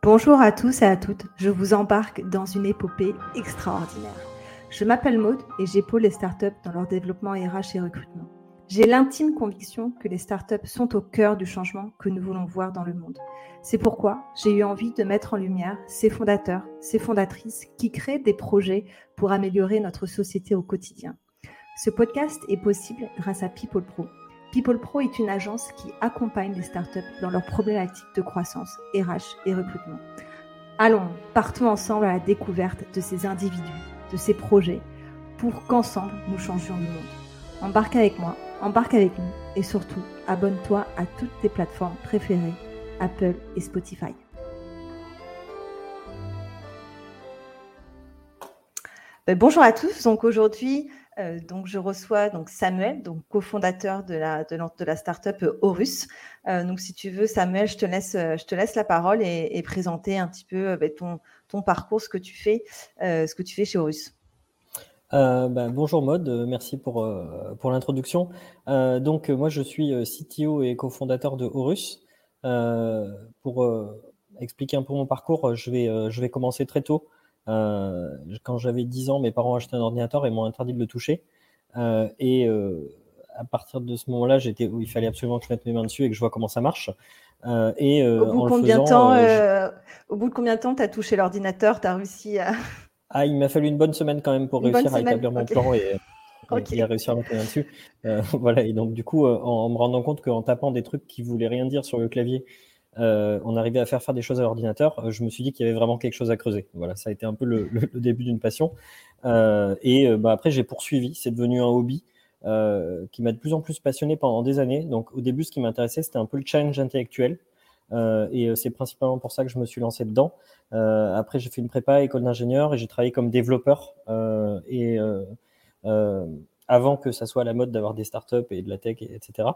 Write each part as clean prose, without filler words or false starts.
Bonjour à tous et à toutes, je vous embarque dans une épopée extraordinaire. Je m'appelle Maude et j'épaule les startups dans leur développement RH et recrutement. J'ai l'intime conviction que les startups sont au cœur du changement que nous voulons voir dans le monde. C'est pourquoi j'ai eu envie de mettre en lumière ces fondateurs, ces fondatrices qui créent des projets pour améliorer notre société au quotidien. Ce podcast est possible grâce à People Pro. People Pro est une agence qui accompagne les startups dans leurs problématiques de croissance, RH et recrutement. Allons, partons ensemble à la découverte de ces individus, de ces projets, pour qu'ensemble nous changions le monde. Embarque avec moi, embarque avec nous et surtout, abonne-toi à toutes tes plateformes préférées, Apple et Spotify. Bonjour à tous, donc aujourd'hui, je reçois Samuel, cofondateur de la startup Horus. Donc si tu veux, Samuel, je te laisse la parole et présenter un petit peu ton parcours, ce que tu fais chez Horus. Bonjour Maude, merci pour l'introduction. Moi je suis CTO et cofondateur de Horus. Pour expliquer un peu mon parcours, je vais commencer très tôt. Quand j'avais 10 ans, mes parents ont acheté un ordinateur et m'ont interdit de le toucher. À partir de ce moment-là, il fallait absolument que je mette mes mains dessus et que je vois comment ça marche. Au bout de combien de temps tu as touché l'ordinateur, tu as réussi à... il m'a fallu une bonne semaine quand même pour réussir à établir mon plan et à réussir à mettre mes mains dessus. Voilà. Et donc, du coup, en me rendant compte qu'en tapant des trucs qui voulaient rien dire sur le clavier, on arrivait à faire des choses à l'ordinateur, je me suis dit qu'il y avait vraiment quelque chose à creuser. Voilà, ça a été un peu le début d'une passion. Après, j'ai poursuivi. C'est devenu un hobby qui m'a de plus en plus passionné pendant des années. Donc, au début, ce qui m'intéressait, c'était un peu le challenge intellectuel. C'est principalement pour ça que je me suis lancé dedans. Après, j'ai fait une prépa, école d'ingénieur, et j'ai travaillé comme développeur. Avant que ça soit à la mode d'avoir des startups et de la tech, etc.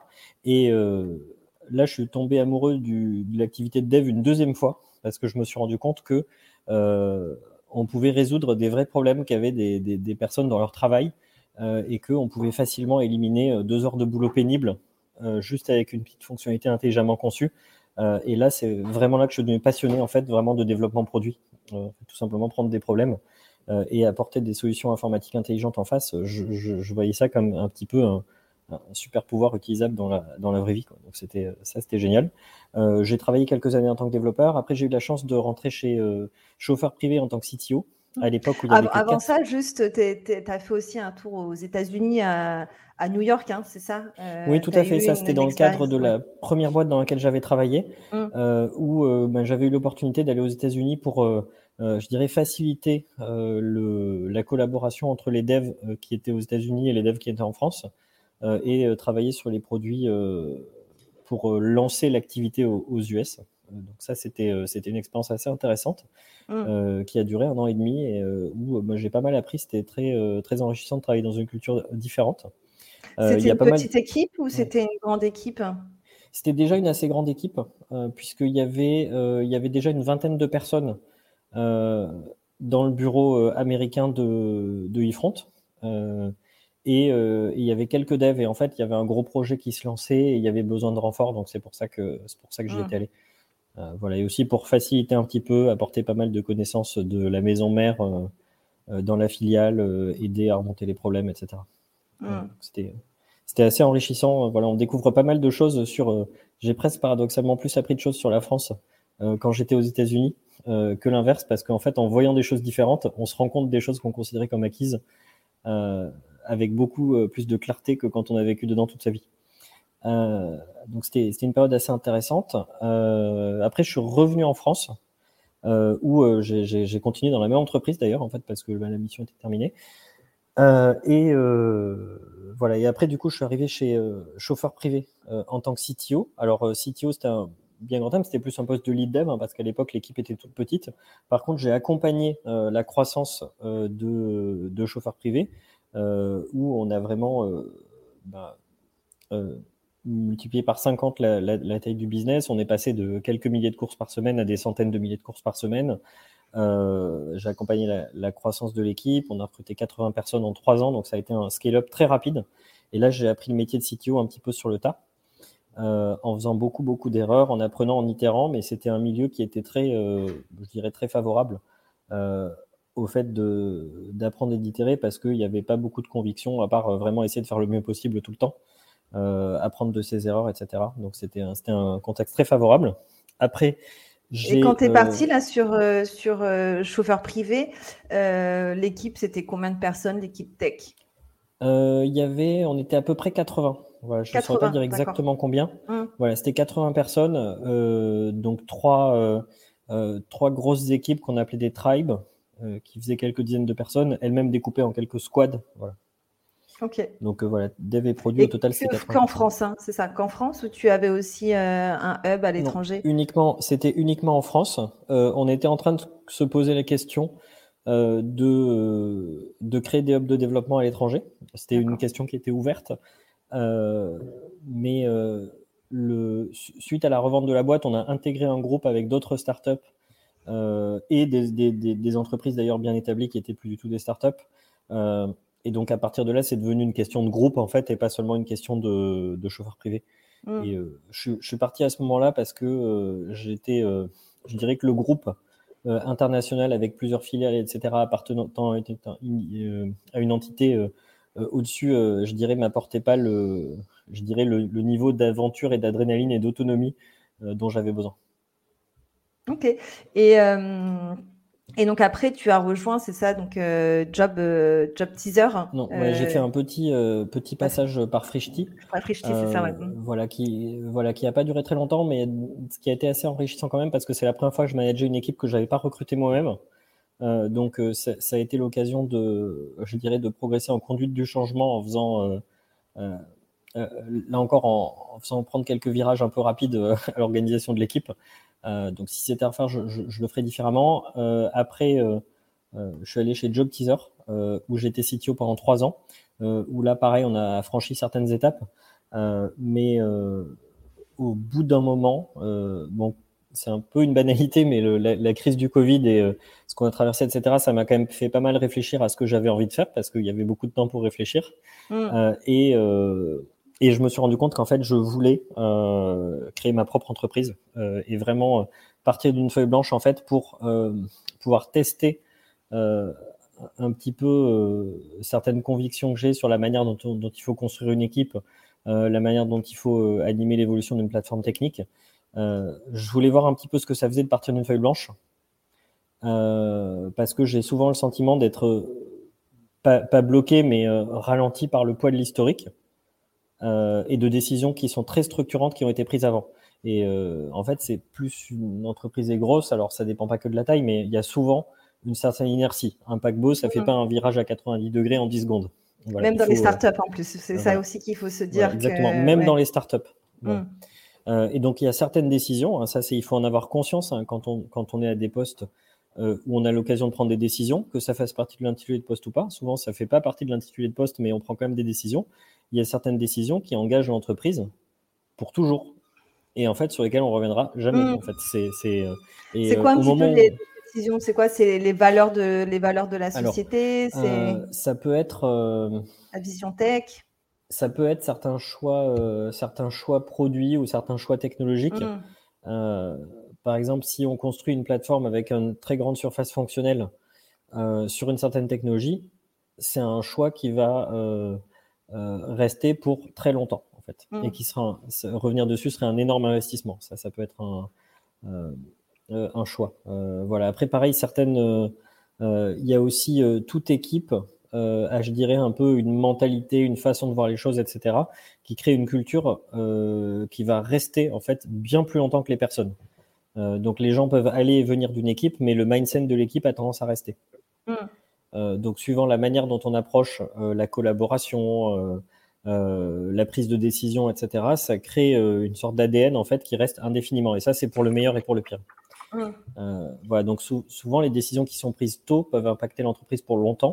Là, je suis tombé amoureux de l'activité de dev une deuxième fois parce que je me suis rendu compte que on pouvait résoudre des vrais problèmes qu'avaient des personnes dans leur travail et qu'on pouvait facilement éliminer 2 heures de boulot pénible juste avec une petite fonctionnalité intelligemment conçue. Et là, c'est vraiment là que je suis devenu passionné en fait, vraiment de développement produit. Tout simplement prendre des problèmes et apporter des solutions informatiques intelligentes en face. Je voyais ça comme un petit peu un super pouvoir utilisable dans la vraie vie, quoi. Donc c'était génial. J'ai travaillé quelques années en tant que développeur. Après, j'ai eu la chauffeur privé chez chauffeur privé en tant que CTO. À l'époque où il y avait Avant ça, juste, tu as fait aussi un tour aux États-Unis, à New York, hein, c'est ça? Oui, tout à fait. Ça, c'était dans le cadre de la première boîte dans laquelle j'avais travaillé, où j'avais eu l'opportunité d'aller aux États-Unis pour, je dirais, faciliter la collaboration entre les devs qui étaient aux États-Unis et les devs qui étaient en France, et travailler sur les produits pour lancer l'activité aux US. Donc ça, c'était une expérience assez intéressante qui a duré 1 an et demi et où j'ai pas mal appris. C'était très enrichissant de travailler dans une culture différente. C'était une petite équipe ou c'était une grande équipe? C'était déjà une assez grande équipe puisqu'il y avait déjà une vingtaine de personnes dans le bureau américain de eFront. Et il y avait quelques devs et en fait il y avait un gros projet qui se lançait et il y avait besoin de renfort, donc c'est pour ça que j'y étais allé. Voilà, et aussi pour faciliter un petit peu, apporter pas mal de connaissances de la maison mère dans la filiale, aider à remonter les problèmes, etc. C'était assez enrichissant. Voilà, on découvre pas mal de choses j'ai presque paradoxalement plus appris de choses sur la France quand j'étais aux États-Unis que l'inverse, parce qu'en fait, en voyant des choses différentes, on se rend compte des choses qu'on considérait comme acquises avec beaucoup plus de clarté que quand on a vécu dedans toute sa vie. Donc c'était une période assez intéressante. Après, je suis revenu en France où j'ai continué dans la même entreprise d'ailleurs, en fait, parce que la mission était terminée. Voilà. Et après, du coup, je suis arrivé chez chauffeur privé en tant que CTO. Alors, CTO, c'était un bien grand terme, c'était plus un poste de lead dev, hein, parce qu'à l'époque, l'équipe était toute petite. Par contre, j'ai accompagné la croissance de chauffeur privé, où on a vraiment multiplié par 50 la taille du business. On est passé de quelques milliers de courses par semaine à des centaines de milliers de courses par semaine. J'ai accompagné la croissance de l'équipe. On a recruté 80 personnes en 3 ans, donc ça a été un scale-up très rapide. Et là, j'ai appris le métier de CTO un petit peu sur le tas. en faisant beaucoup d'erreurs, en apprenant, en itérant, mais c'était un milieu qui était très, je dirais, très favorable au fait d'apprendre et d'itérer, parce qu'il n'y avait pas beaucoup de conviction, à part vraiment essayer de faire le mieux possible tout le temps, apprendre de ses erreurs, etc. Donc c'était un contexte très favorable. Après, et quand tu es parti là sur chauffeur privé, l'équipe, c'était combien de personnes, l'équipe tech? On était à peu près 80. Voilà, je ne saurais pas dire exactement combien. Voilà, c'était 80 personnes, donc trois grosses équipes qu'on appelait des tribes, qui faisaient quelques dizaines de personnes, elles-mêmes découpées en quelques squads. Voilà. Ok. Donc voilà, dev et produit, au total, c'était 80. Qu'en France, hein, c'est ça, qu'en France, ou tu avais aussi un hub à l'étranger? C'était uniquement en France. On était en train de se poser la question de créer des hubs de développement à l'étranger. C'était une question qui était ouverte. Mais suite à la revente de la boîte, on a intégré un groupe avec d'autres startups et des entreprises d'ailleurs bien établies qui n'étaient plus du tout des startups. Et donc à partir de là, c'est devenu une question de groupe en fait, et pas seulement une question de chauffeur privé. Et je suis parti à ce moment-là parce que j'étais, je dirais que le groupe international avec plusieurs filiales, etc., appartenant à une entité au-dessus, je dirais, m'apportait pas le niveau d'aventure et d'adrénaline et d'autonomie dont j'avais besoin. Ok. Et donc après, tu as rejoint, c'est ça, donc Job Teaser. Non, j'ai fait un petit passage par Frishti. Frishti, c'est ça, ouais. Voilà, qui a pas duré très longtemps, mais ce qui a été assez enrichissant quand même, parce que c'est la première fois que je manageais une équipe que j'avais pas recrutée moi-même. Donc ça a été l'occasion de progresser en conduite du changement en faisant là encore en faisant prendre quelques virages un peu rapides à l'organisation de l'équipe. Donc si c'était à refaire, je le ferais différemment. Après, je suis allé chez Job Teaser, où j'étais CTO pendant 3 ans, où là pareil, on a franchi certaines étapes, mais au bout d'un moment, bon, c'est un peu une banalité, mais la crise du Covid et ce qu'on a traversé, etc., ça m'a quand même fait pas mal réfléchir à ce que j'avais envie de faire, parce qu'il y avait beaucoup de temps pour réfléchir. Et je me suis rendu compte qu'en fait, je voulais créer ma propre entreprise et vraiment partir d'une feuille blanche en fait pour pouvoir tester un petit peu certaines convictions que j'ai sur la manière dont il faut construire une équipe, la manière dont il faut animer l'évolution d'une plateforme technique. Je voulais voir un petit peu ce que ça faisait de partir d'une feuille blanche, parce que j'ai souvent le sentiment d'être pas bloqué, mais ralenti par le poids de l'historique et de décisions qui sont très structurantes qui ont été prises avant. Et en fait, c'est plus une entreprise est grosse, alors ça dépend pas que de la taille, mais il y a souvent une certaine inertie. Un paquebot, ça fait pas un virage à 90 degrés en 10 secondes. Voilà, même dans les startups en plus, c'est ça aussi qu'il faut se dire. Voilà, exactement, même dans les startups. Et donc il y a certaines décisions, hein, il faut en avoir conscience quand on est à des postes où on a l'occasion de prendre des décisions, que ça fasse partie de l'intitulé de poste ou pas. Souvent, ça fait pas partie de l'intitulé de poste, mais on prend quand même des décisions. Il y a certaines décisions qui engagent l'entreprise pour toujours, et en fait sur lesquelles on reviendra jamais. En fait, c'est quoi un petit peu les décisions? C'est quoi? C'est les valeurs de la société? Alors, ça peut être la vision tech. Ça peut être certains choix produits ou certains choix technologiques. Par exemple, si on construit une plateforme avec une très grande surface fonctionnelle sur une certaine technologie, c'est un choix qui va rester pour très longtemps, en fait, et qui revenir dessus serait un énorme investissement. Ça peut être un choix. Voilà. Après, pareil, il y a aussi toute équipe. Je dirais un peu une mentalité, une façon de voir les choses, etc., qui crée une culture qui va rester en fait bien plus longtemps que les personnes. Donc les gens peuvent aller et venir d'une équipe, mais le mindset de l'équipe a tendance à rester. Donc suivant la manière dont on approche la collaboration, la prise de décision, etc., ça crée une sorte d'ADN en fait qui reste indéfiniment. Et ça, c'est pour le meilleur et pour le pire. Voilà. Donc souvent les décisions qui sont prises tôt peuvent impacter l'entreprise pour longtemps.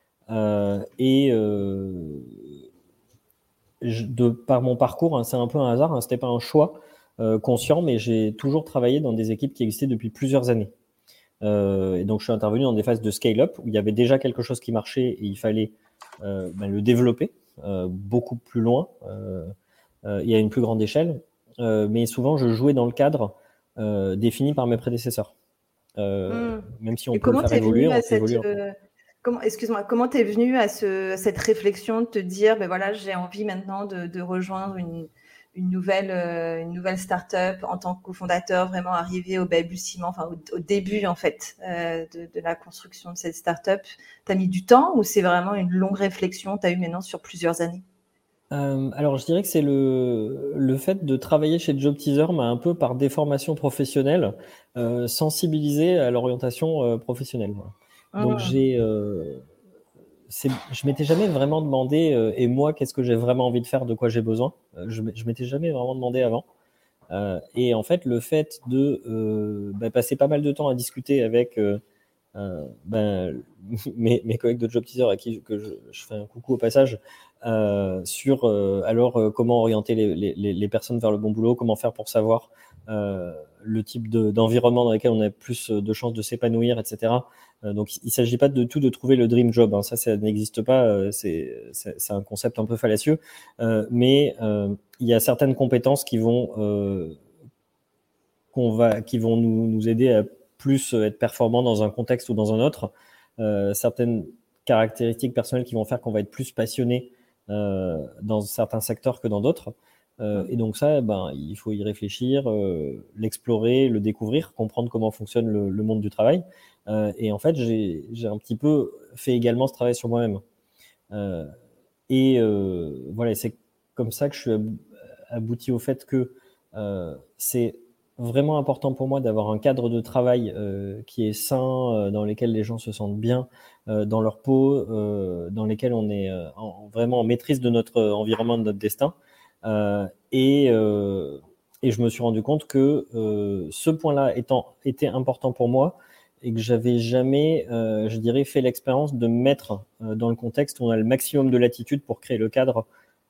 Par mon parcours, hein, c'est un peu un hasard, hein, c'était pas un choix conscient, mais j'ai toujours travaillé dans des équipes qui existaient depuis plusieurs années. Et donc je suis intervenu dans des phases de scale-up où il y avait déjà quelque chose qui marchait et il fallait le développer beaucoup plus loin et à une plus grande échelle. mais souvent je jouais dans le cadre défini par mes prédécesseurs. Même si on Et peut le comment faire t'es évoluer, venu on à fait évoluer. comment t'es venu à cette réflexion de te dire, ben voilà, j'ai envie maintenant de rejoindre une nouvelle start-up en tant que cofondateur, vraiment arrivé au balbutiement, enfin au début en fait de la construction de cette start-up. T'as mis du temps ou c'est vraiment une longue réflexion que t'as eu maintenant sur plusieurs années? Alors, je dirais que c'est le fait de travailler chez Job Teaser m'a un peu, par déformation professionnelle, sensibilisé à l'orientation professionnelle. Voilà. Donc, je m'étais jamais vraiment demandé, et moi, qu'est-ce que j'ai vraiment envie de faire, de quoi j'ai besoin. Je m'étais jamais vraiment demandé avant. Et en fait, le fait de passer pas mal de temps à discuter avec mes collègues de Job Teaser à qui je fais un coucou au passage, sur comment orienter les personnes vers le bon boulot, comment faire pour savoir le type d'environnement dans lequel on a plus de chances de s'épanouir, etc. Donc il ne s'agit pas de tout de trouver le dream job, hein. Ça n'existe pas, c'est un concept un peu fallacieux, mais il y a certaines compétences qui vont nous aider à plus être performants dans un contexte ou dans un autre, certaines caractéristiques personnelles qui vont faire qu'on va être plus passionné dans certains secteurs que dans d'autres. Et donc ça, il faut y réfléchir, l'explorer, le découvrir, comprendre comment fonctionne le monde du travail. Et en fait, j'ai un petit peu fait également ce travail sur moi-même. Voilà, c'est comme ça que je suis abouti au fait que c'est vraiment important pour moi d'avoir un cadre de travail qui est sain, dans lequel les gens se sentent bien dans leur peau, dans lesquels on est vraiment en maîtrise de notre environnement, de notre destin. Et je me suis rendu compte que ce point-là était important pour moi et que j'avais jamais, je dirais, fait l'expérience de me mettre dans le contexte où on a le maximum de latitude pour créer le cadre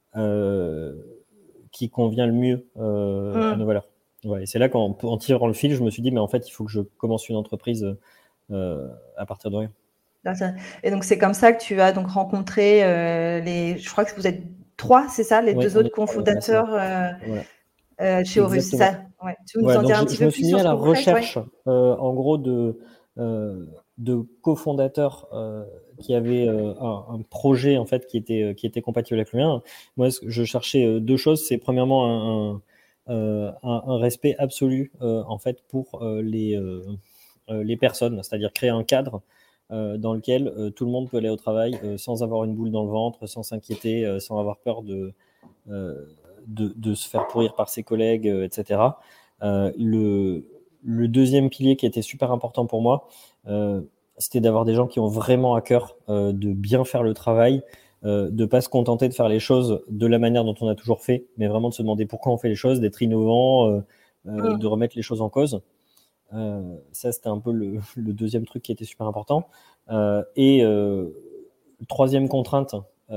qui convient le mieux à nos valeurs. Ouais, et c'est là qu'en tirant le fil, je me suis dit, mais en fait, il faut que je commence une entreprise à partir de rien. Et donc, c'est comme ça que tu as donc rencontré je crois que vous êtes 3, c'est ça, les 2 autres cofondateurs voilà. chez Horus, c'est ça? Ouais. Tu veux nous en Donc dire un petit je me peu suis plus mis sur à ce la que vous faites? recherche, en gros, de cofondateurs qui avaient un projet en fait qui était compatible avec le mien. Moi, je cherchais 2 choses. C'est premièrement un respect absolu en fait pour les personnes, c'est-à-dire créer un cadre dans lequel tout le monde peut aller au travail sans avoir une boule dans le ventre, sans s'inquiéter, sans avoir peur de se faire pourrir par ses collègues, etc. Le deuxième pilier qui était super important pour moi, c'était d'avoir des gens qui ont vraiment à cœur de bien faire le travail, de ne pas se contenter de faire les choses de la manière dont on a toujours fait, mais vraiment de se demander pourquoi on fait les choses, d'être innovant, de remettre les choses en cause. Ça, c'était un peu le deuxième truc qui était super important. Troisième contrainte,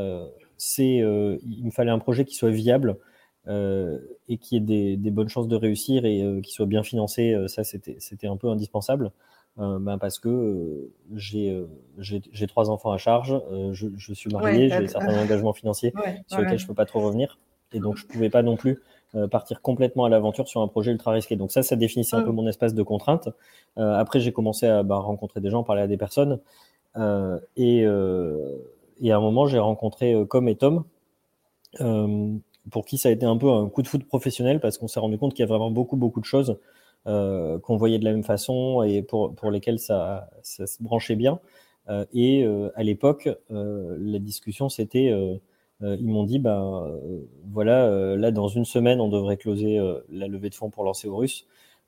il me fallait un projet qui soit viable et qui ait des bonnes chances de réussir et qui soit bien financé. Ça, c'était un peu indispensable parce que j'ai 3 enfants à charge, je suis marié, j'ai certains engagements financiers sur lesquels je ne peux pas trop revenir. Et donc, je ne pouvais pas non plus partir complètement à l'aventure sur un projet ultra risqué. Donc ça définissait un peu mon espace de contrainte. Après, j'ai commencé à rencontrer des gens, parler à des personnes. Et à un moment, j'ai rencontré Com et Tom, pour qui ça a été un peu un coup de foudre professionnel parce qu'on s'est rendu compte qu'il y a vraiment beaucoup de choses qu'on voyait de la même façon et pour lesquelles ça se branchait bien. À l'époque, la discussion, c'était, ils m'ont dit, voilà, là, dans une semaine, on devrait closer la levée de fonds pour lancer Horus.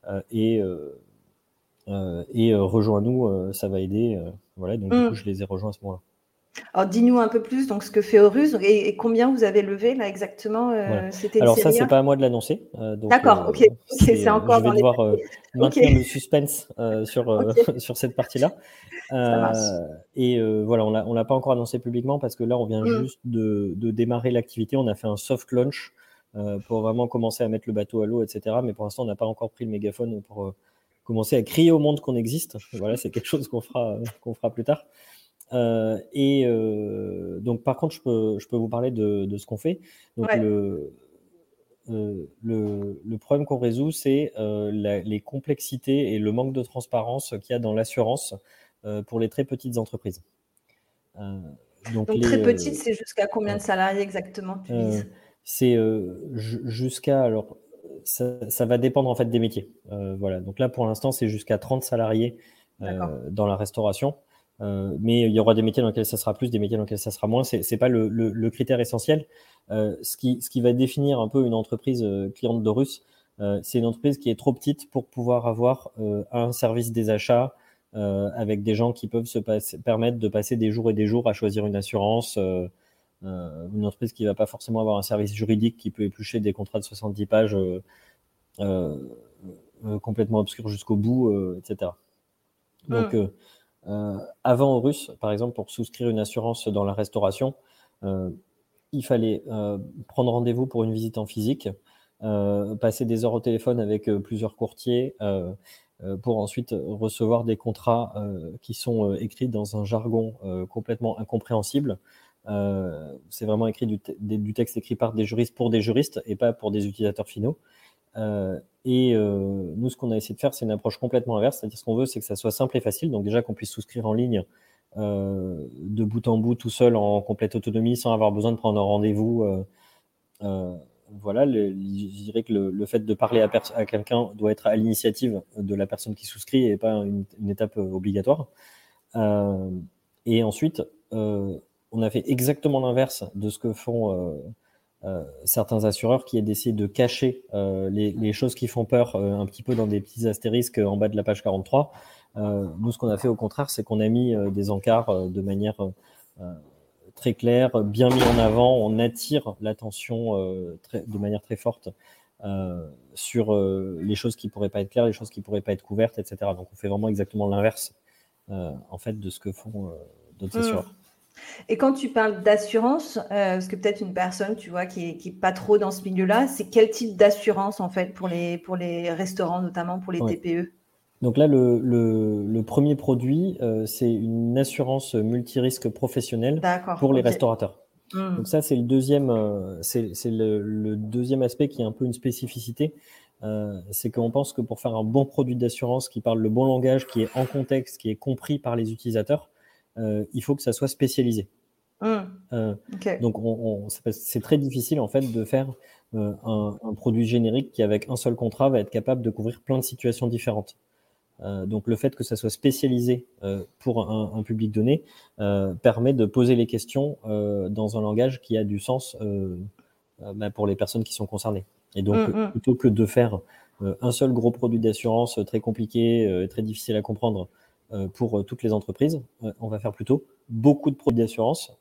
Rejoins-nous, ça va aider. Voilà, donc du coup, je les ai rejoints à ce moment-là. Alors, dis-nous un peu plus donc ce que fait Horus et combien vous avez levé là exactement. Voilà. C'était une Alors ça, série c'est A? pas à moi de l'annoncer. D'accord, ok, c'est encore je vais dans les devoir maintenir Ok. le suspense sur Ok. sur cette partie-là. Ça marche. Voilà, on l'a pas encore annoncé publiquement parce que là, on vient juste de démarrer l'activité. On a fait un soft launch pour vraiment commencer à mettre le bateau à l'eau, etc. Mais pour l'instant, on n'a pas encore pris le mégaphone pour commencer à crier au monde qu'on existe. Voilà, c'est quelque chose qu'on fera plus tard. Donc par contre, je peux vous parler de ce qu'on fait. Donc Ouais. le problème qu'on résout, c'est les complexités et le manque de transparence qu'il y a dans l'assurance pour les très petites entreprises. Donc très petite, c'est jusqu'à combien de salariés exactement tu vises? C'est jusqu'à, alors ça va dépendre en fait des métiers. Voilà. Donc là pour l'instant c'est jusqu'à 30 salariés dans la restauration. Mais il y aura des métiers dans lesquels ça sera plus, des métiers dans lesquels ça sera moins. C'est pas le critère essentiel. Ce qui va définir un peu une entreprise cliente d'Horus, c'est une entreprise qui est trop petite pour pouvoir avoir un service des achats avec des gens qui peuvent permettre de passer des jours et des jours à choisir une assurance. Une entreprise qui va pas forcément avoir un service juridique qui peut éplucher des contrats de 70 pages complètement obscurs jusqu'au bout, etc. Donc, avant Horus, par exemple, pour souscrire une assurance dans la restauration, il fallait prendre rendez-vous pour une visite en physique, passer des heures au téléphone avec plusieurs courtiers pour ensuite recevoir des contrats qui sont écrits dans un jargon complètement incompréhensible. C'est vraiment écrit du texte écrit par des juristes pour des juristes et pas pour des utilisateurs finaux. Nous, ce qu'on a essayé de faire, c'est une approche complètement inverse. C'est-à-dire, ce qu'on veut, c'est que ça soit simple et facile. Donc déjà qu'on puisse souscrire en ligne de bout en bout, tout seul, en complète autonomie, sans avoir besoin de prendre un rendez-vous. Voilà, je dirais que le fait de parler à quelqu'un doit être à l'initiative de la personne qui souscrit et pas une étape obligatoire. Et ensuite, on a fait exactement l'inverse de ce que font certains assureurs, qui est d'essayer de cacher les choses qui font peur un petit peu dans des petits astérisques en bas de la page 43. Nous, ce qu'on a fait au contraire, c'est qu'on a mis des encarts de manière très claire, bien mis en avant. On attire l'attention de manière très forte sur les choses qui pourraient pas être claires, les choses qui pourraient pas être couvertes, etc. Donc, on fait vraiment exactement l'inverse en fait de ce que font d'autres assureurs. Et quand tu parles d'assurance, parce que peut-être une personne, tu vois, qui est pas trop dans ce milieu-là, c'est quel type d'assurance en fait pour les restaurants, notamment pour les TPE? Donc là, le premier produit, c'est une assurance multirisque professionnelle pour les restaurateurs. Donc ça, c'est le deuxième, le deuxième aspect qui est un peu une spécificité. C'est qu'on pense que pour faire un bon produit d'assurance qui parle le bon langage, qui est en contexte, qui est compris par les utilisateurs, il faut que ça soit spécialisé. Donc c'est très difficile en fait de faire un produit générique qui, avec un seul contrat, va être capable de couvrir plein de situations différentes. Donc le fait que ça soit spécialisé pour un public donné permet de poser les questions dans un langage qui a du sens pour les personnes qui sont concernées. Et donc plutôt que de faire un seul gros produit d'assurance très compliqué, très difficile à comprendre pour toutes les entreprises, on va faire plutôt beaucoup de produits d'assurance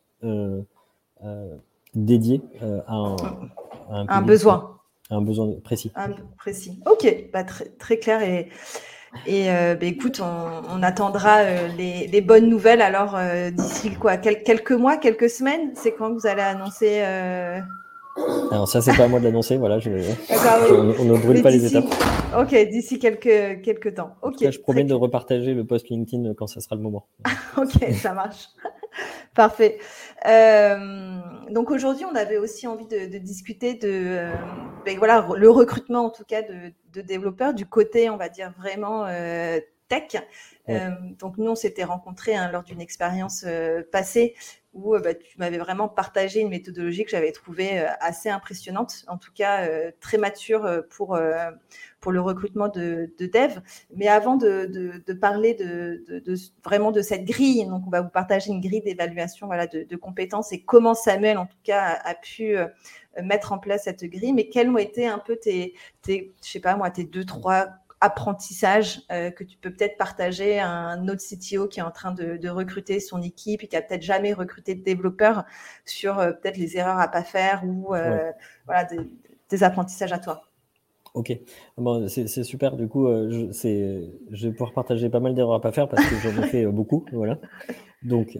dédiés à un besoin. Un besoin précis. Précis. Ok, très, très clair. Et écoute, on attendra les bonnes nouvelles alors d'ici quoi, quelques mois, quelques semaines. C'est quand que vous allez annoncer Alors ça, c'est pas à moi de l'annoncer. Voilà, on ne brûle pas les étapes. Ok, d'ici quelques temps. En tout cas, je promets de repartager le post LinkedIn quand ça sera le moment. Ok, ça marche. Parfait. Donc aujourd'hui, on avait aussi envie de discuter de voilà, le recrutement en tout cas de développeurs du côté, on va dire vraiment tech. Donc nous, on s'était rencontrés lors d'une expérience passée où tu m'avais vraiment partagé une méthodologie que j'avais trouvée assez impressionnante, en tout cas très mature pour le recrutement de dev. Mais avant de parler vraiment de cette grille, donc on va vous partager une grille d'évaluation de compétences et comment Samuel, en tout cas, a pu mettre en place cette grille. Mais quels ont été un peu tes 2-3 apprentissages que tu peux peut-être partager à un autre CTO qui est en train de recruter son équipe et qui a peut-être jamais recruté de développeurs sur peut-être les erreurs à pas faire ou des apprentissages à toi. Ok, bon, c'est super. Du coup, je vais pouvoir partager pas mal d'erreurs à pas faire parce que j'en ai fait beaucoup, voilà. Donc,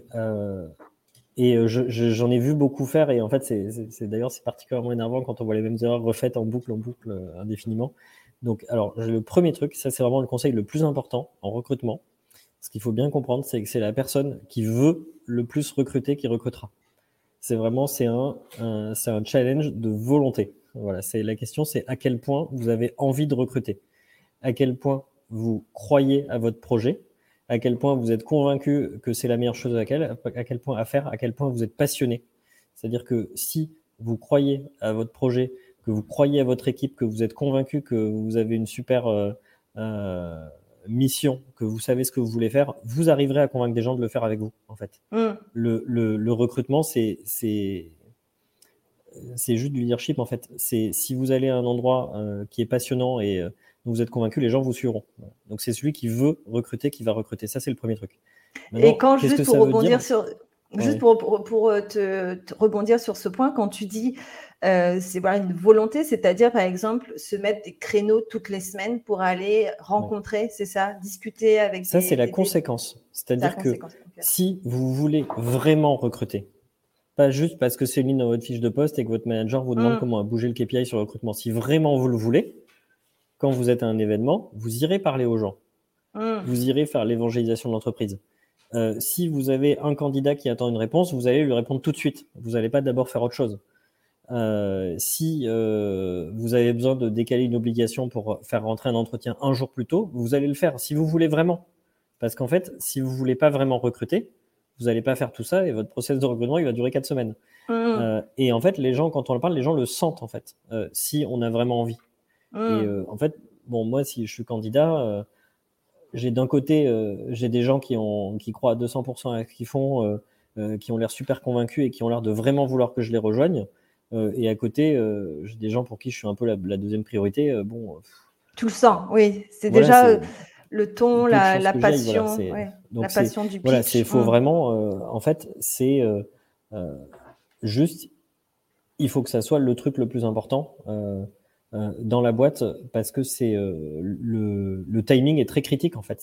j'en ai vu beaucoup faire et en fait, d'ailleurs, c'est particulièrement énervant quand on voit les mêmes erreurs refaites en boucle indéfiniment. Donc, alors, le premier truc, ça c'est vraiment le conseil le plus important en recrutement. Ce qu'il faut bien comprendre, c'est que c'est la personne qui veut le plus recruter qui recrutera. C'est un challenge de volonté. Voilà, c'est la question, c'est à quel point vous avez envie de recruter, à quel point vous croyez à votre projet, à quel point vous êtes convaincu que c'est la meilleure chose à quel point à faire, à quel point vous êtes passionné. C'est-à-dire que si vous croyez à votre projet, que vous croyez à votre équipe, que vous êtes convaincu que vous avez une super mission, que vous savez ce que vous voulez faire, vous arriverez à convaincre des gens de le faire avec vous, en fait. Le recrutement, c'est juste du leadership, en fait. C'est si vous allez à un endroit qui est passionnant et dont vous êtes convaincu, les gens vous suivront. Donc, c'est celui qui veut recruter qui va recruter. Ça, c'est le premier truc. Maintenant, et quand, juste pour rebondir sur... Juste pour te rebondir sur ce point, quand tu dis c'est une volonté, c'est-à-dire par exemple se mettre des créneaux toutes les semaines pour aller rencontrer, c'est ça, discuter avec ça, c'est la conséquence. C'est-à-dire que si vous voulez vraiment recruter, pas juste parce que c'est une ligne dans votre fiche de poste et que votre manager vous demande comment bouger le KPI sur le recrutement, si vraiment vous le voulez, quand vous êtes à un événement, vous irez parler aux gens, vous irez faire l'évangélisation de l'entreprise. Si vous avez un candidat qui attend une réponse, vous allez lui répondre tout de suite. Vous n'allez pas d'abord faire autre chose. Si vous avez besoin de décaler une obligation pour faire rentrer un entretien un jour plus tôt, vous allez le faire si vous voulez vraiment. Parce qu'en fait, si vous ne voulez pas vraiment recruter, vous n'allez pas faire tout ça et votre process de recrutement, il va durer 4 semaines. Et en fait, les gens, quand on en parle, les gens le sentent en fait, si on a vraiment envie. Et en fait, moi, si je suis candidat... j'ai d'un côté, j'ai des gens qui croient à 200% à ce qu'ils font, qui ont l'air super convaincus et qui ont l'air de vraiment vouloir que je les rejoigne. Et à côté, j'ai des gens pour qui je suis un peu la deuxième priorité. Tu le sens, oui. C'est déjà le ton, la passion, la passion du pitch. Voilà, il faut vraiment, en fait, c'est juste, il faut que ça soit le truc le plus important. Dans la boîte parce que c'est le timing est très critique en fait.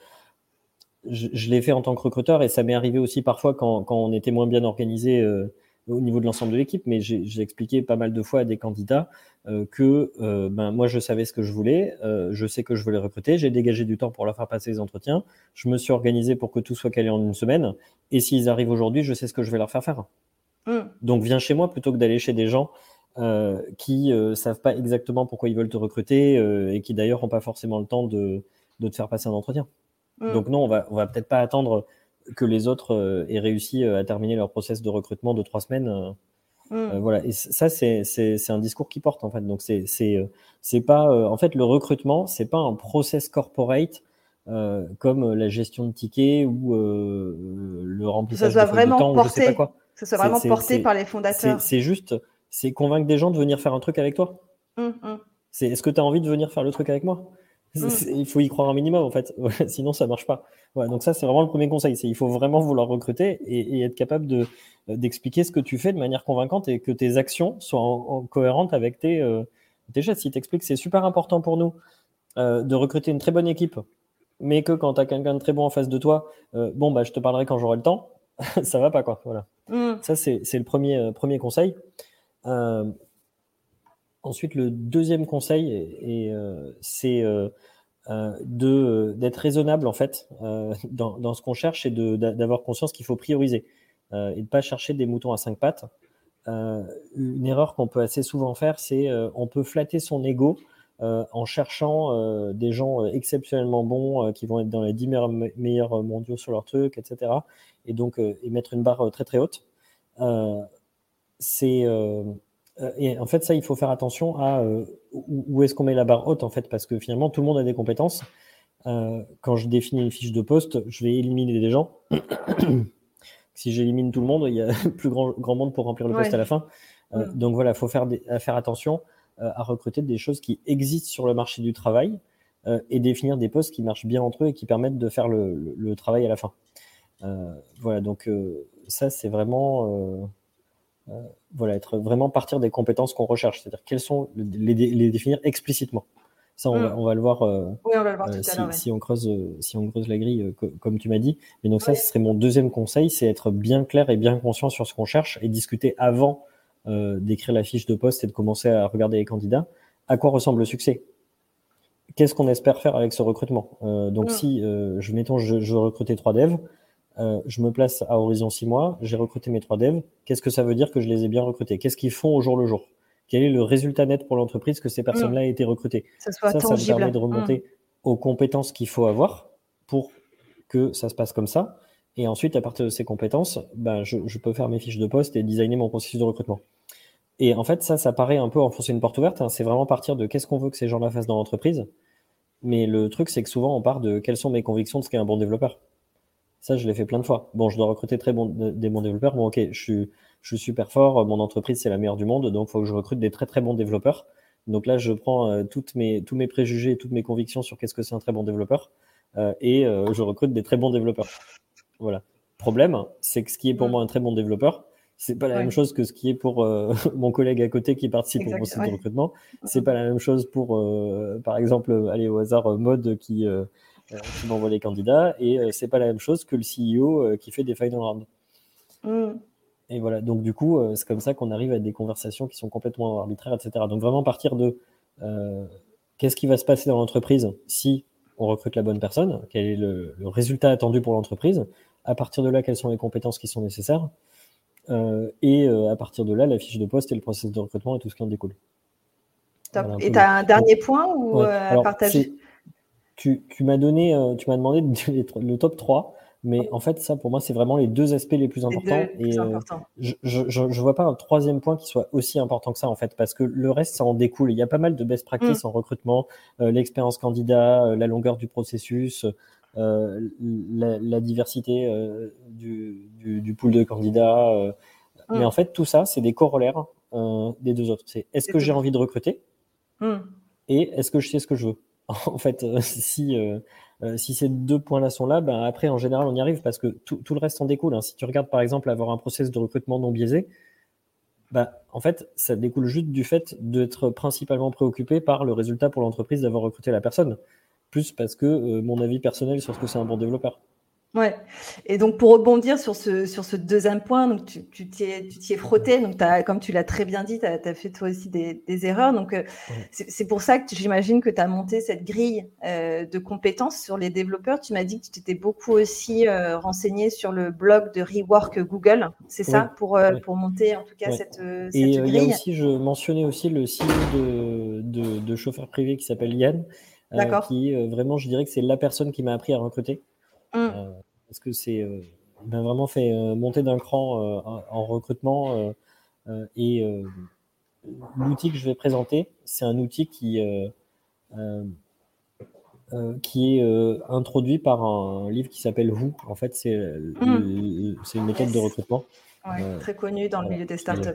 Je l'ai fait en tant que recruteur et ça m'est arrivé aussi parfois quand on était moins bien organisé au niveau de l'ensemble de l'équipe, mais j'ai expliqué pas mal de fois à des candidats que moi je savais ce que je voulais, je sais que je voulais recruter, j'ai dégagé du temps pour leur faire passer les entretiens, je me suis organisé pour que tout soit calé en une semaine et s'ils arrivent aujourd'hui, je sais ce que je vais leur faire faire. Donc viens chez moi plutôt que d'aller chez des gens qui savent pas exactement pourquoi ils veulent te recruter et qui d'ailleurs n'ont pas forcément le temps de te faire passer un entretien. Donc non, on va peut-être pas attendre que les autres aient réussi à terminer leur process de recrutement de 3 semaines. Voilà. Et ça, c'est un discours qui porte en fait. Donc c'est pas en fait le recrutement, c'est pas un process corporate comme la gestion de tickets ou le remplissage de feuilles de temps ou je sais pas quoi. Que ce soit vraiment porté par les fondateurs. C'est juste, c'est convaincre des gens de venir faire un truc avec toi. Est-ce que tu as envie de venir faire le truc avec moi? Il faut y croire un minimum en fait, sinon ça marche pas. Voilà, donc ça c'est vraiment le premier conseil, il faut vraiment vouloir recruter et être capable d'expliquer ce que tu fais de manière convaincante et que tes actions soient cohérentes avec tes gestes. Si tu expliques que c'est super important pour nous de recruter une très bonne équipe, mais que quand tu as quelqu'un de très bon en face de toi, je te parlerai quand j'aurai le temps, ça va pas quoi. Voilà. Ça c'est le premier conseil. Ensuite, le deuxième conseil, c'est d'être raisonnable en fait dans ce qu'on cherche et d'avoir conscience qu'il faut prioriser et de ne pas chercher des moutons à 5 pattes. Une erreur qu'on peut assez souvent faire, c'est on peut flatter son ego en cherchant des gens exceptionnellement bons qui vont être dans les 10 meilleurs mondiaux sur leur truc, etc. Et donc et mettre une barre très très haute. Et en fait, ça, il faut faire attention à où est-ce qu'on met la barre haute, en fait, parce que finalement, tout le monde a des compétences. Quand je définis une fiche de poste, je vais éliminer des gens. Si j'élimine tout le monde, il y a plus grand monde pour remplir le poste à la fin. Donc voilà, il faut faire attention à recruter des choses qui existent sur le marché du travail et définir des postes qui marchent bien entre eux et qui permettent de faire le travail à la fin. Voilà, donc ça, c'est vraiment... être vraiment partir des compétences qu'on recherche, c'est-à-dire quelles sont les définir explicitement. Ça, on va le voir, oui, on va le voir tout à l'heure, si on creuse la grille, comme tu m'as dit. Mais donc ça, ce serait mon deuxième conseil, c'est être bien clair et bien conscient sur ce qu'on cherche et discuter avant d'écrire la fiche de poste et de commencer à regarder les candidats. À quoi ressemble le succès? Qu'est-ce qu'on espère faire avec ce recrutement? Donc si, mettons, je veux recruter 3 devs, je me place à horizon 6 mois, j'ai recruté mes 3 devs. Qu'est-ce que ça veut dire que je les ai bien recrutés? Qu'est-ce qu'ils font au jour le jour? quel est le résultat net pour l'entreprise que ces personnes-là aient été recrutées. Ça soit ça tangible. me permet de remonter aux compétences qu'il faut avoir pour que ça se passe comme ça. Et ensuite, à partir de ces compétences, je peux faire mes fiches de poste et designer mon processus de recrutement. Et en fait, ça paraît un peu enfoncer une porte ouverte. C'est vraiment partir de qu'est-ce qu'on veut que ces gens-là fassent dans l'entreprise. Mais le truc, c'est que souvent, on part de quelles sont mes convictions de ce qu'est un bon développeur. Ça, je l'ai fait plein de fois. Bon, je dois recruter des bons développeurs. Bon, ok, je suis super fort. Mon entreprise, c'est la meilleure du monde. Donc, il faut que je recrute des très, très bons développeurs. Donc là, je prends tous mes préjugés, toutes mes convictions sur qu'est-ce que c'est un très bon développeur. Et je recrute des très bons développeurs. Voilà. Problème, c'est que ce qui est pour moi un très bon développeur, c'est pas la même chose que ce qui est pour mon collègue à côté qui participe au processus de recrutement. C'est pas la même chose pour, par exemple, aller au hasard, Maud qui m'envoie les candidats, et c'est pas la même chose que le CEO qui fait des final rounds. Et voilà. Donc du coup, c'est comme ça qu'on arrive à des conversations qui sont complètement arbitraires, etc. Donc vraiment partir de qu'est-ce qui va se passer dans l'entreprise si on recrute la bonne personne, quel est le résultat attendu pour l'entreprise, à partir de là, quelles sont les compétences qui sont nécessaires, et à partir de là, la fiche de poste et le processus de recrutement et tout ce qui en découle. Voilà, et tu as un dernier point ou à partager? Tu m'as demandé le top 3, mais en fait, ça, pour moi, c'est vraiment les deux aspects les plus importants. Je vois pas un troisième point qui soit aussi important que ça, en fait, parce que le reste, ça en découle. Il y a pas mal de best practices en recrutement, l'expérience candidat, la longueur du processus, la diversité du pool de candidats. Mais en fait, tout ça, c'est des corollaires des deux autres. C'est est-ce que j'ai envie de recruter et est-ce que je sais ce que je veux. En fait, si ces deux points-là sont là, après, en général, on y arrive parce que tout le reste en découle. Si tu regardes, par exemple, avoir un process de recrutement non biaisé, en fait, ça découle juste du fait d'être principalement préoccupé par le résultat pour l'entreprise d'avoir recruté la personne, plus parce que mon avis personnel sur ce que c'est un bon développeur. Ouais. Et donc, pour rebondir sur ce deuxième point, donc tu t'y es frotté. Donc, comme tu l'as très bien dit, tu as fait toi aussi des erreurs. Donc, c'est pour ça que j'imagine que tu as monté cette grille de compétences sur les développeurs. Tu m'as dit que tu t'étais beaucoup aussi renseigné sur le blog de Rework Google. C'est ça, pour monter en tout cas cette grille. Et il y a aussi, je mentionnais aussi le CEO de chauffeur privé qui s'appelle Yann, qui vraiment, je dirais que c'est la personne qui m'a appris à recruter. Parce que il m'a vraiment fait monter d'un cran en recrutement, et l'outil que je vais présenter, c'est un outil qui est introduit par un livre qui s'appelle Who. En fait, c'est une méthode de recrutement. Très connue dans le milieu des startups.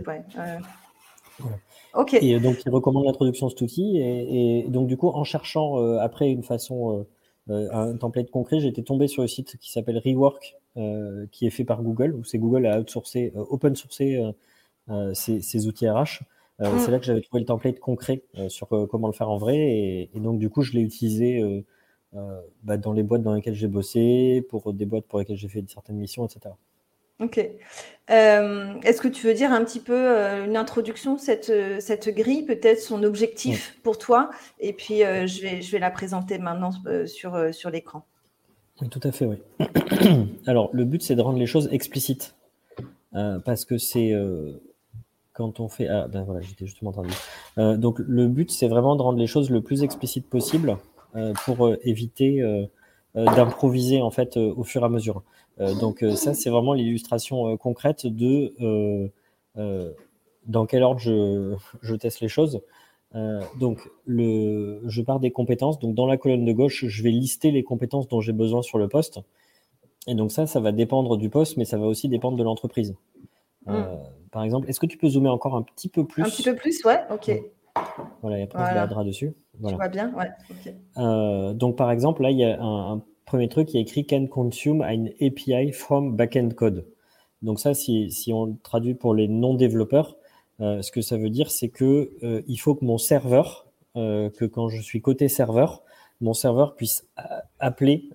Okay. Et donc, il recommande l'introduction de cet outil. Et donc, du coup, en cherchant après une façon, un template concret, j'ai été tombé sur le site qui s'appelle Rework, qui est fait par Google, où c'est Google a outsourcé, open sourcé ces outils RH. C'est là que j'avais trouvé le template concret sur comment le faire en vrai. Et donc, du coup, je l'ai utilisé dans les boîtes dans lesquelles j'ai bossé, pour des boîtes pour lesquelles j'ai fait certaines missions, etc. Ok. Est-ce que tu veux dire un petit peu une introduction, cette grille, peut-être son objectif pour toi, et puis je vais la présenter maintenant sur l'écran. Oui, tout à fait, oui. Alors, le but, c'est de rendre les choses explicites, parce que c'est quand on fait... Ah, voilà, j'étais justement en train de dire. Donc, le but, c'est vraiment de rendre les choses le plus explicites possible pour éviter d'improviser, en fait, au fur et à mesure. Donc ça, c'est vraiment l'illustration concrète de dans quel ordre je teste les choses. Donc je pars des compétences. Donc dans la colonne de gauche, je vais lister les compétences dont j'ai besoin sur le poste. Et donc ça va dépendre du poste, mais ça va aussi dépendre de l'entreprise. Par exemple, est-ce que tu peux zoomer encore un petit peu plus? Un petit peu plus, ouais, ok. Voilà, et après on se baladera dessus. Voilà. Tu vois bien, ouais, ok. Donc par exemple, là, il y a un premier truc qui est écrit can consume an API from backend code. Donc ça, si on traduit pour les non-développeurs, ce que ça veut dire, c'est que il faut que mon serveur, que quand je suis côté serveur, mon serveur puisse appeler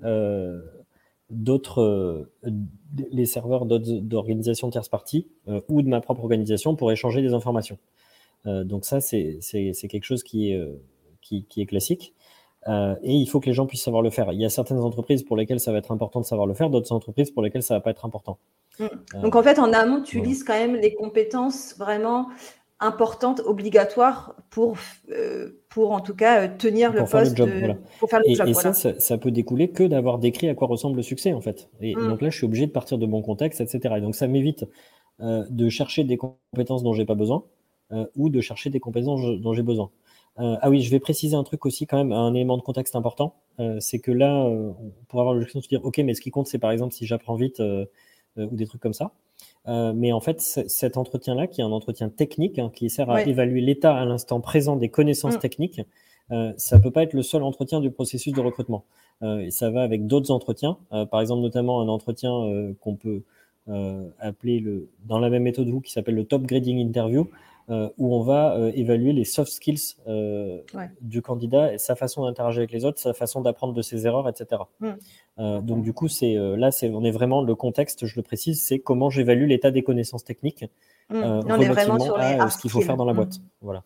les serveurs d'organisations tierces parties ou de ma propre organisation pour échanger des informations. Donc ça, c'est quelque chose qui est classique. Et il faut que les gens puissent savoir le faire. Il y a certaines entreprises pour lesquelles ça va être important de savoir le faire, d'autres entreprises pour lesquelles ça va pas être important. Donc en fait, en amont, tu lises quand même les compétences vraiment importante, obligatoire pour en tout cas tenir le poste, pour faire le job. Et ça peut découler que d'avoir décrit à quoi ressemble le succès en fait. Et donc là, je suis obligé de partir de mon contexte, etc. Et donc ça m'évite de chercher des compétences dont j'ai pas besoin ou de chercher des compétences dont j'ai besoin. Ah oui, je vais préciser un truc aussi quand même, un élément de contexte important, c'est que là, on pourrait avoir l'objection de se dire, ok, mais ce qui compte, c'est par exemple si j'apprends vite ou des trucs comme ça. Mais en fait, cet entretien-là, qui est un entretien technique, qui sert à évaluer l'état à l'instant présent des connaissances techniques, ça peut pas être le seul entretien du processus de recrutement. Ça va avec d'autres entretiens, par exemple notamment un entretien qu'on peut appeler dans la même méthode qui s'appelle le top grading interview, où on va évaluer les soft skills du candidat, et sa façon d'interagir avec les autres, sa façon d'apprendre de ses erreurs, etc. Donc du coup, on est vraiment le contexte, je le précise, c'est comment j'évalue l'état des connaissances techniques relativement à ce qu'il faut faire dans la boîte. Voilà.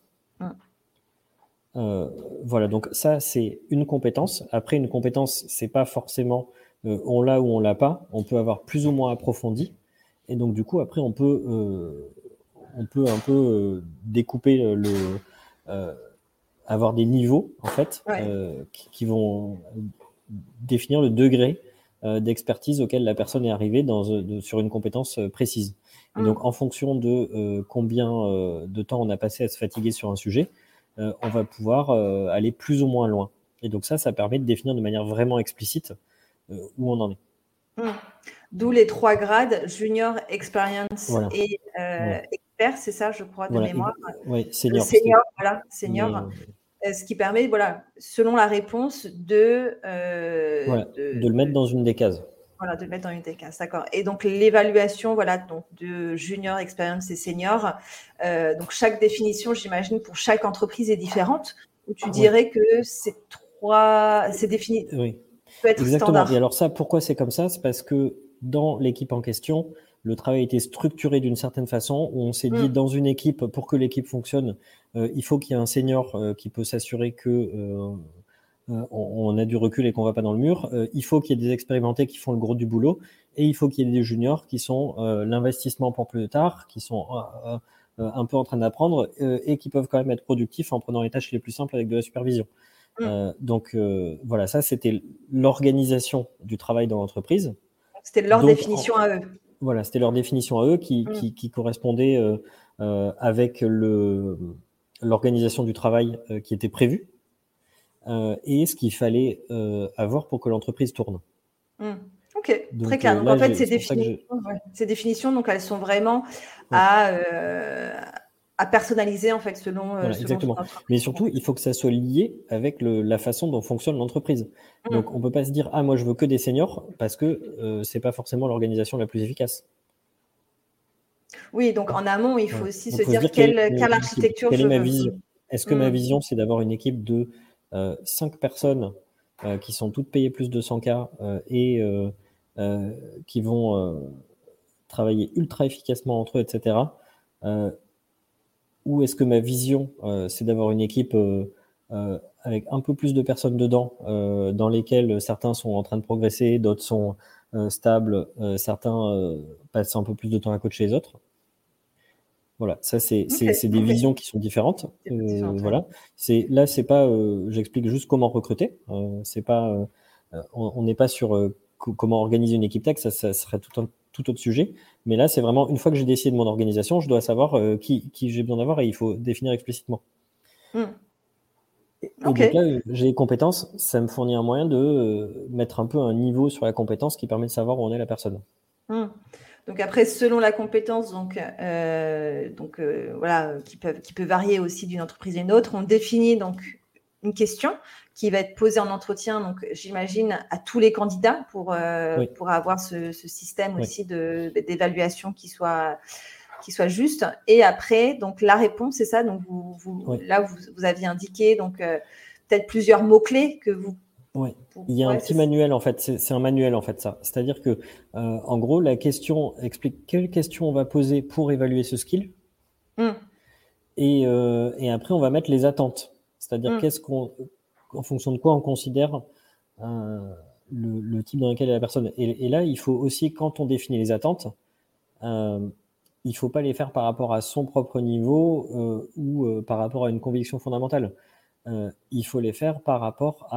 Voilà, donc ça c'est une compétence. Après, une compétence, c'est pas forcément on l'a ou on l'a pas. On peut avoir plus ou moins approfondi. Et donc du coup, après, on peut un peu découper avoir des niveaux en fait qui vont définir le degré d'expertise auquel la personne est arrivée sur une compétence précise. Et donc en fonction de combien de temps on a passé à se fatiguer sur un sujet, on va pouvoir aller plus ou moins loin. Et donc ça permet de définir de manière vraiment explicite où on en est. D'où les 3 grades, junior, expérience et expert, c'est ça, je crois, de mémoire. Oui, senior. Senior. Ce qui permet, selon la réponse, de le mettre dans une des cases. Voilà, de le mettre dans une des cases, d'accord. Et donc l'évaluation, donc de junior, expérience et senior. Donc chaque définition, j'imagine, pour chaque entreprise est différente. Où tu dirais que c'est défini. Oui. Peut être exactement. Standard. Et alors ça, pourquoi c'est comme ça ? C'est parce que dans l'équipe en question, le travail a été structuré d'une certaine façon, où on s'est dit dans une équipe, pour que l'équipe fonctionne, il faut qu'il y ait un senior qui peut s'assurer que on a du recul et qu'on va pas dans le mur. Il faut qu'il y ait des expérimentés qui font le gros du boulot, et il faut qu'il y ait des juniors qui sont l'investissement pour plus tard, qui sont un peu en train d'apprendre et qui peuvent quand même être productifs en prenant les tâches les plus simples avec de la supervision. Donc voilà, ça c'était l'organisation du travail dans l'entreprise. C'était leur définition à eux. Voilà, c'était leur définition à eux qui correspondait avec l'organisation du travail qui était prévue et ce qu'il fallait avoir pour que l'entreprise tourne. Ok, donc, très clair. Donc en fait, ces définitions, donc elles sont vraiment à personnaliser en fait selon. Exactement. Mais surtout, il faut que ça soit lié avec la façon dont fonctionne l'entreprise. Donc, on peut pas se dire moi je veux que des seniors parce que c'est pas forcément l'organisation la plus efficace. Oui, donc en amont, il faut aussi se dire quelle architecture quelle est ma vision. Est-ce que ma vision, c'est d'avoir une équipe de 5 personnes qui sont toutes payées plus de 100K et qui vont travailler ultra efficacement entre eux, etc. Ou est-ce que ma vision, c'est d'avoir une équipe avec un peu plus de personnes dedans, dans lesquelles certains sont en train de progresser, d'autres sont stables, certains passent un peu plus de temps à coacher les autres. Voilà, ça c'est des visions qui sont différentes. Voilà, là c'est pas, j'explique juste comment recruter. C'est pas, on n'est pas sur comment organiser une équipe tech, ça serait tout autre sujet. Mais là, c'est vraiment, une fois que j'ai décidé de mon organisation, je dois savoir qui j'ai besoin d'avoir et il faut définir explicitement. Et donc là, j'ai les compétences, ça me fournit un moyen de mettre un peu un niveau sur la compétence qui permet de savoir où en est la personne. Donc après, selon la compétence, voilà, qui peut varier aussi d'une entreprise à une autre, on définit donc une question qui va être posée en entretien, donc j'imagine à tous les candidats pour avoir ce système aussi d'évaluation qui soit juste. Et après, donc la réponse, c'est ça. Donc là, vous aviez indiqué donc peut-être plusieurs mots-clés que vous. Il y a un petit manuel en fait, c'est un manuel en fait ça. C'est-à-dire que en gros la question explique quelles questions on va poser pour évaluer ce skill. Et après on va mettre les attentes. C'est-à-dire en fonction de quoi on considère le type dans lequel est la personne. Et là il faut aussi, quand on définit les attentes, il ne faut pas les faire par rapport à son propre niveau ou par rapport à une conviction fondamentale. Il faut les faire par rapport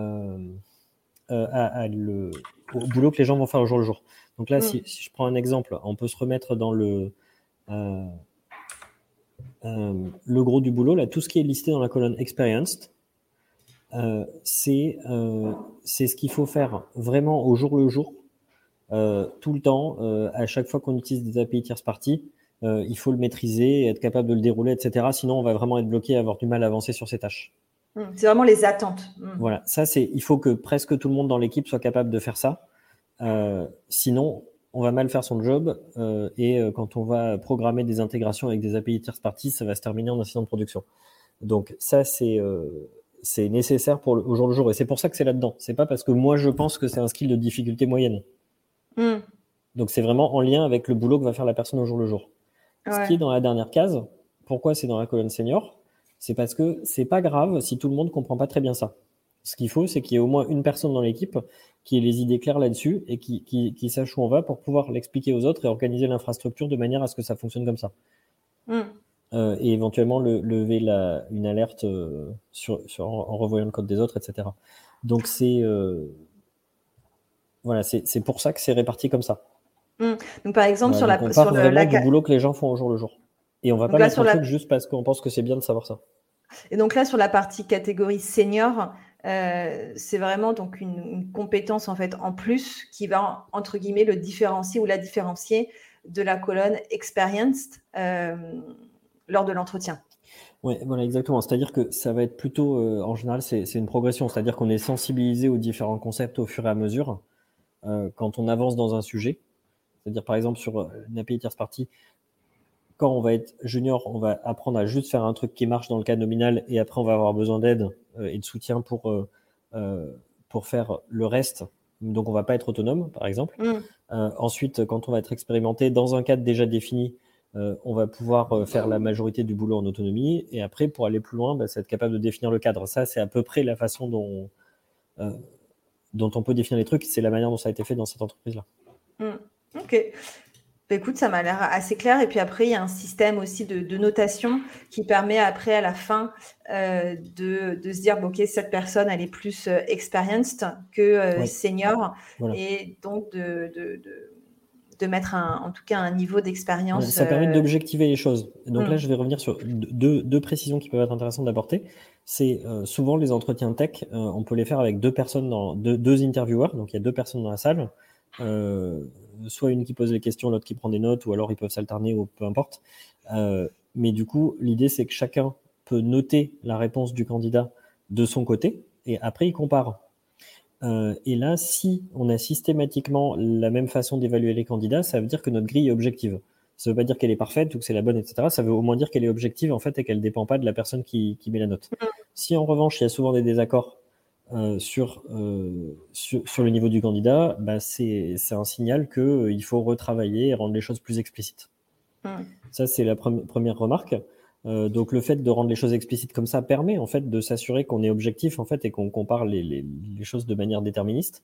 au boulot que les gens vont faire au jour le jour. Donc là, si je prends un exemple, on peut se remettre dans le gros du boulot, là, tout ce qui est listé dans la colonne Experienced, c'est ce qu'il faut faire vraiment au jour le jour, tout le temps, à chaque fois qu'on utilise des API tierce parties, il faut le maîtriser, être capable de le dérouler, etc. Sinon, on va vraiment être bloqué et avoir du mal à avancer sur ces tâches. C'est vraiment les attentes. Voilà, il faut que presque tout le monde dans l'équipe soit capable de faire ça. Sinon, on va mal faire son job et quand on va programmer des intégrations avec des API tierce parties, ça va se terminer en incident de production. Donc ça, c'est nécessaire au jour le jour. Et c'est pour ça que c'est là-dedans. C'est pas parce que moi, je pense que c'est un skill de difficulté moyenne. Donc c'est vraiment en lien avec le boulot que va faire la personne au jour le jour. Ce qui est dans la dernière case, pourquoi c'est dans la colonne senior? C'est parce que c'est pas grave si tout le monde comprend pas très bien ça. Ce qu'il faut, c'est qu'il y ait au moins une personne dans l'équipe qui ait les idées claires là-dessus et qui sache où on va pour pouvoir l'expliquer aux autres et organiser l'infrastructure de manière à ce que ça fonctionne comme ça. Et éventuellement lever une alerte en revoyant le code des autres, etc. Donc voilà, c'est pour ça que c'est réparti comme ça. Donc par exemple, voilà, on part vraiment du boulot que les gens font au jour le jour. Et on va pas mettre un truc juste parce qu'on pense que c'est bien de savoir ça. Et donc là, sur la partie catégorie senior, c'est vraiment donc une compétence en fait en plus qui va entre guillemets le différencier ou la différencier de la colonne experienced lors de l'entretien. Oui, voilà, exactement. C'est-à-dire que ça va être plutôt, en général, c'est une progression. C'est-à-dire qu'on est sensibilisé aux différents concepts au fur et à mesure quand on avance dans un sujet. C'est-à-dire, par exemple, sur une API tierce partie, quand on va être junior, on va apprendre à juste faire un truc qui marche dans le cas nominal et après, on va avoir besoin d'aide et de soutien pour faire le reste. Donc, on va pas être autonome, par exemple. Ensuite, quand on va être expérimenté dans un cadre déjà défini, on va pouvoir faire la majorité du boulot en autonomie. Et après, pour aller plus loin, c'est être capable de définir le cadre. Ça, c'est à peu près la façon dont on peut définir les trucs. C'est la manière dont ça a été fait dans cette entreprise-là. Ok. Écoute, ça m'a l'air assez clair. Et puis après, il y a un système aussi de notation qui permet après, à la fin, de se dire, OK, cette personne, elle est plus experienced que senior. Voilà. Et donc, de mettre en tout cas un niveau d'expérience. Voilà, ça permet d'objectiver les choses. Donc là, je vais revenir sur deux précisions qui peuvent être intéressantes d'apporter. C'est souvent les entretiens tech, on peut les faire avec deux personnes, deux intervieweurs. Donc il y a deux personnes dans la salle. Soit une qui pose les questions, l'autre qui prend des notes, ou alors ils peuvent s'alterner, ou peu importe. Mais du coup, l'idée, c'est que chacun peut noter la réponse du candidat de son côté, et après, il compare. Et là, si on a systématiquement la même façon d'évaluer les candidats, ça veut dire que notre grille est objective. Ça ne veut pas dire qu'elle est parfaite ou que c'est la bonne, etc. Ça veut au moins dire qu'elle est objective, en fait, et qu'elle ne dépend pas de la personne qui met la note. Si, en revanche, il y a souvent des désaccords sur le niveau du candidat, c'est un signal qu'il faut retravailler et rendre les choses plus explicites. Ça, c'est la première remarque. Donc le fait de rendre les choses explicites comme ça permet en fait de s'assurer qu'on est objectif en fait et qu'on compare les choses de manière déterministe.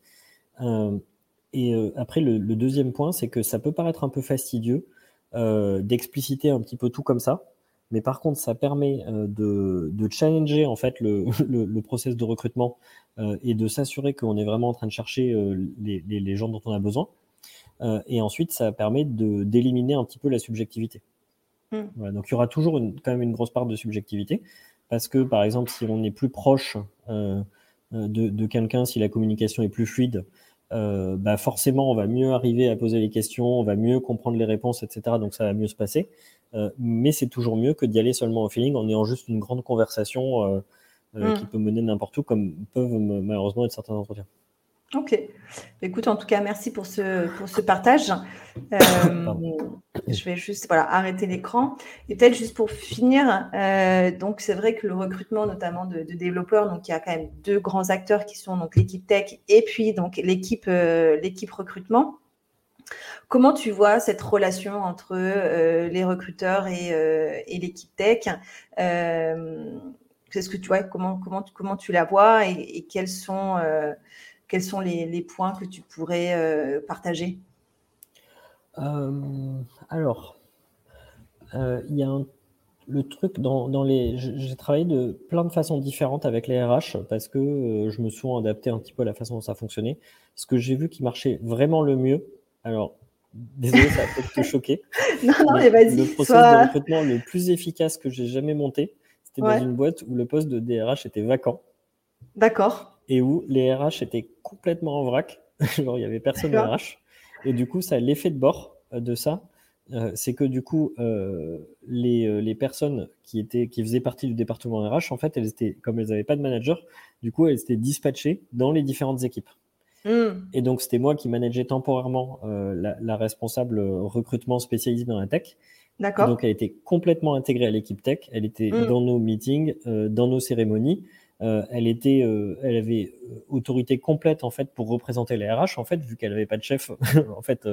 Après le deuxième point, c'est que ça peut paraître un peu fastidieux d'expliciter un petit peu tout comme ça. Mais par contre, ça permet de challenger en fait le process de recrutement et de s'assurer qu'on est vraiment en train de chercher les gens dont on a besoin. Et ensuite, ça permet d'éliminer un petit peu la subjectivité. Voilà, donc il y aura toujours quand même une grosse part de subjectivité parce que, par exemple, si on est plus proche de quelqu'un, si la communication est plus fluide, forcément, on va mieux arriver à poser les questions, on va mieux comprendre les réponses, etc. Donc ça va mieux se passer. Mais c'est toujours mieux que d'y aller seulement au feeling en ayant juste une grande conversation qui peut mener n'importe où, comme peuvent malheureusement être certains entretiens. Ok. Écoute, en tout cas, merci pour ce partage. Je vais juste arrêter l'écran. Et peut-être juste pour finir, donc c'est vrai que le recrutement, notamment de développeurs, donc il y a quand même deux grands acteurs qui sont donc l'équipe tech et puis donc l'équipe recrutement. Comment tu vois cette relation entre les recruteurs et l'équipe tech Qu'est-ce que tu vois comment tu la vois et quels sont les points que tu pourrais partager? Alors, Il y a le truc dans les... J'ai travaillé de plein de façons différentes avec les RH parce que je me suis adapté un petit peu à la façon dont ça fonctionnait. Ce que j'ai vu qui marchait vraiment le mieux, alors désolé, ça va peut-être te choquer, Non, mais vas-y, le processus de recrutement le plus efficace que j'ai jamais monté, c'était dans une boîte où le poste de DRH était vacant. D'accord. Et où les RH étaient complètement en vrac. Genre, il n'y avait personne au RH. Et du coup, ça, l'effet de bord de ça, c'est que du coup, les personnes qui faisaient partie du département RH, en fait, elles étaient, comme elles n'avaient pas de manager, du coup, elles étaient dispatchées dans les différentes équipes. Et donc, c'était moi qui manageais temporairement la responsable recrutement spécialisée dans la tech. D'accord. Et donc, elle était complètement intégrée à l'équipe tech. Elle était dans nos meetings, dans nos cérémonies. Elle avait autorité complète en fait pour représenter les RH en fait, vu qu'elle n'avait pas de chef en fait,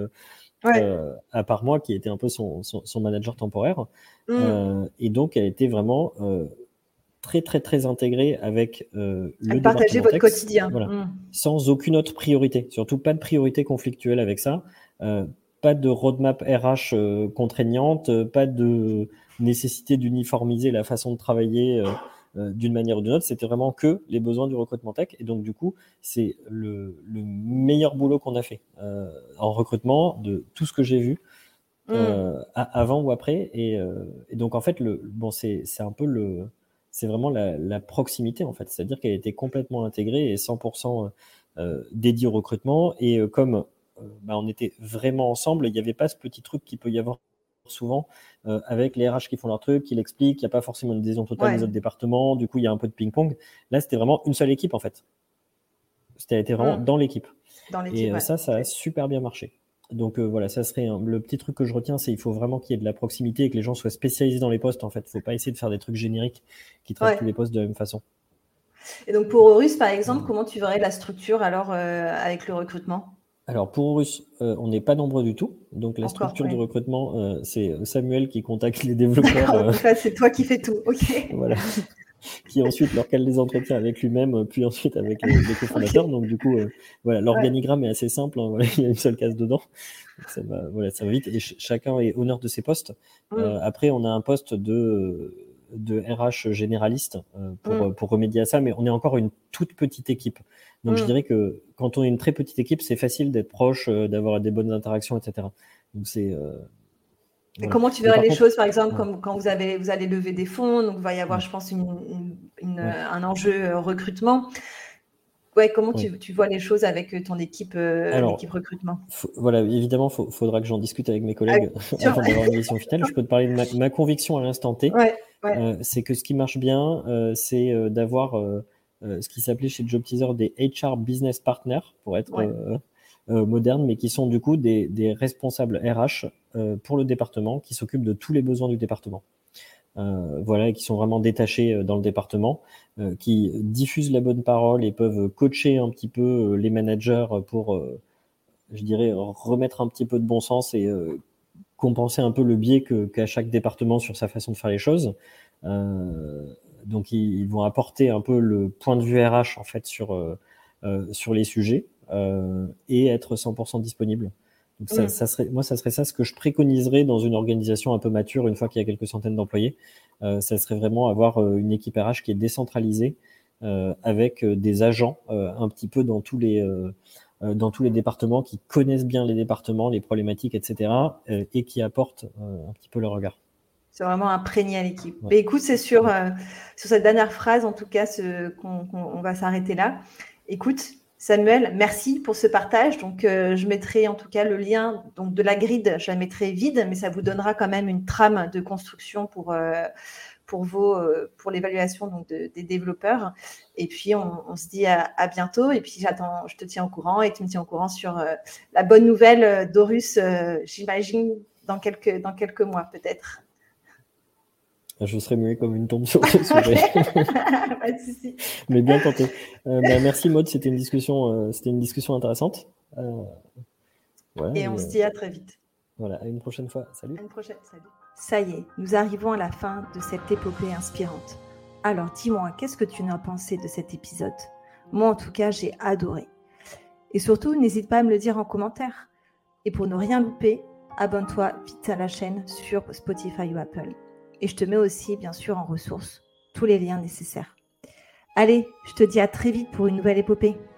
à part moi qui était un peu son manager temporaire. Et donc, elle était vraiment très très très intégrée avec le département partager votre tech, quotidien. Voilà, sans aucune autre priorité, surtout pas de priorité conflictuelle avec ça, pas de roadmap RH contraignante, pas de nécessité d'uniformiser la façon de travailler d'une manière ou d'une autre. C'était vraiment que les besoins du recrutement tech. Et donc du coup, c'est le meilleur boulot qu'on a fait en recrutement de tout ce que j'ai vu avant ou après. Et donc en fait, c'est un peu c'est vraiment la proximité en fait, c'est-à-dire qu'elle était complètement intégrée et 100% dédiée au recrutement. Et comme on était vraiment ensemble, il n'y avait pas ce petit truc qu'il peut y avoir souvent avec les RH qui font leur truc, qui l'expliquent, il n'y a pas forcément une adhésion totale des autres départements, du coup il y a un peu de ping-pong. Là, c'était vraiment une seule équipe en fait. C'était vraiment dans l'équipe. Et ça a super bien marché. Donc voilà, ça serait le petit truc que je retiens, c'est il faut vraiment qu'il y ait de la proximité et que les gens soient spécialisés dans les postes. En fait, il ne faut pas essayer de faire des trucs génériques qui traitent tous les postes de la même façon. Et donc pour Horus, par exemple, comment tu verrais la structure alors avec le recrutement ? Alors pour Horus, on n'est pas nombreux du tout. Donc la structure de recrutement, c'est Samuel qui contacte les développeurs. Donc là, c'est toi qui fais tout. Ok. Voilà. Qui ensuite leur cale des entretiens avec lui-même, puis ensuite avec les cofondateurs. Donc du coup, voilà, l'organigramme est assez simple. Hein, voilà, il y a une seule case dedans. Donc, ça va vite. Et chacun est honneur de ses postes. Après, on a un poste de RH généraliste pour remédier à ça, mais on est encore une toute petite équipe. Donc je dirais que quand on est une très petite équipe, c'est facile d'être proche, d'avoir des bonnes interactions, etc. Donc c'est et comment tu verrais les choses, par exemple, comme quand vous allez lever des fonds, donc il va y avoir, je pense, un enjeu recrutement. Comment tu vois les choses avec ton équipe, l'équipe recrutement ? Voilà, évidemment, faudra que j'en discute avec mes collègues avant d'avoir une décision finale. Je peux te parler de ma conviction à l'instant T. C'est que ce qui marche bien, c'est d'avoir ce qui s'appelait chez Job Teaser des HR Business Partners, pour être moderne, mais qui sont du coup des responsables RH pour le département, qui s'occupent de tous les besoins du département. Voilà, et qui sont vraiment détachés dans le département, qui diffusent la bonne parole et peuvent coacher un petit peu les managers pour, je dirais, remettre un petit peu de bon sens et compenser un peu le biais qu'a chaque département sur sa façon de faire les choses. Donc, ils vont apporter un peu le point de vue RH en fait sur les sujets et être 100% disponible. Donc ça serait ça ce que je préconiserais dans une organisation un peu mature, une fois qu'il y a quelques centaines d'employés. Ça serait vraiment avoir une équipe RH qui est décentralisée avec des agents un petit peu dans tous les départements, qui connaissent bien les départements, les problématiques, etc. Et qui apportent un petit peu leur regard. C'est vraiment imprégné à l'équipe. Mais écoute, c'est sur cette dernière phrase, en tout cas, qu'on va s'arrêter là. Écoute, Samuel, merci pour ce partage. Donc, je mettrai en tout cas le lien de la grid, je la mettrai vide, mais ça vous donnera quand même une trame de construction pour l'évaluation des développeurs. Et puis, on se dit à bientôt. Et puis, je te tiens au courant et tu me tiens au courant sur la bonne nouvelle d'Horus, j'imagine, dans quelques mois peut-être. Je serais muet comme une tombe sur ce sujet. Pas de souci. Mais bien tenté. Merci Maud, c'était une discussion intéressante. Et on se dit à très vite. Voilà, à une prochaine fois. Salut. À une prochaine, salut. Ça y est, nous arrivons à la fin de cette épopée inspirante. Alors dis-moi, qu'est-ce que tu en as pensé de cet épisode ? Moi en tout cas, j'ai adoré. Et surtout, n'hésite pas à me le dire en commentaire. Et pour ne rien louper, abonne-toi vite à la chaîne sur Spotify ou Apple. Et je te mets aussi, bien sûr, en ressources tous les liens nécessaires. Allez, je te dis à très vite pour une nouvelle épopée.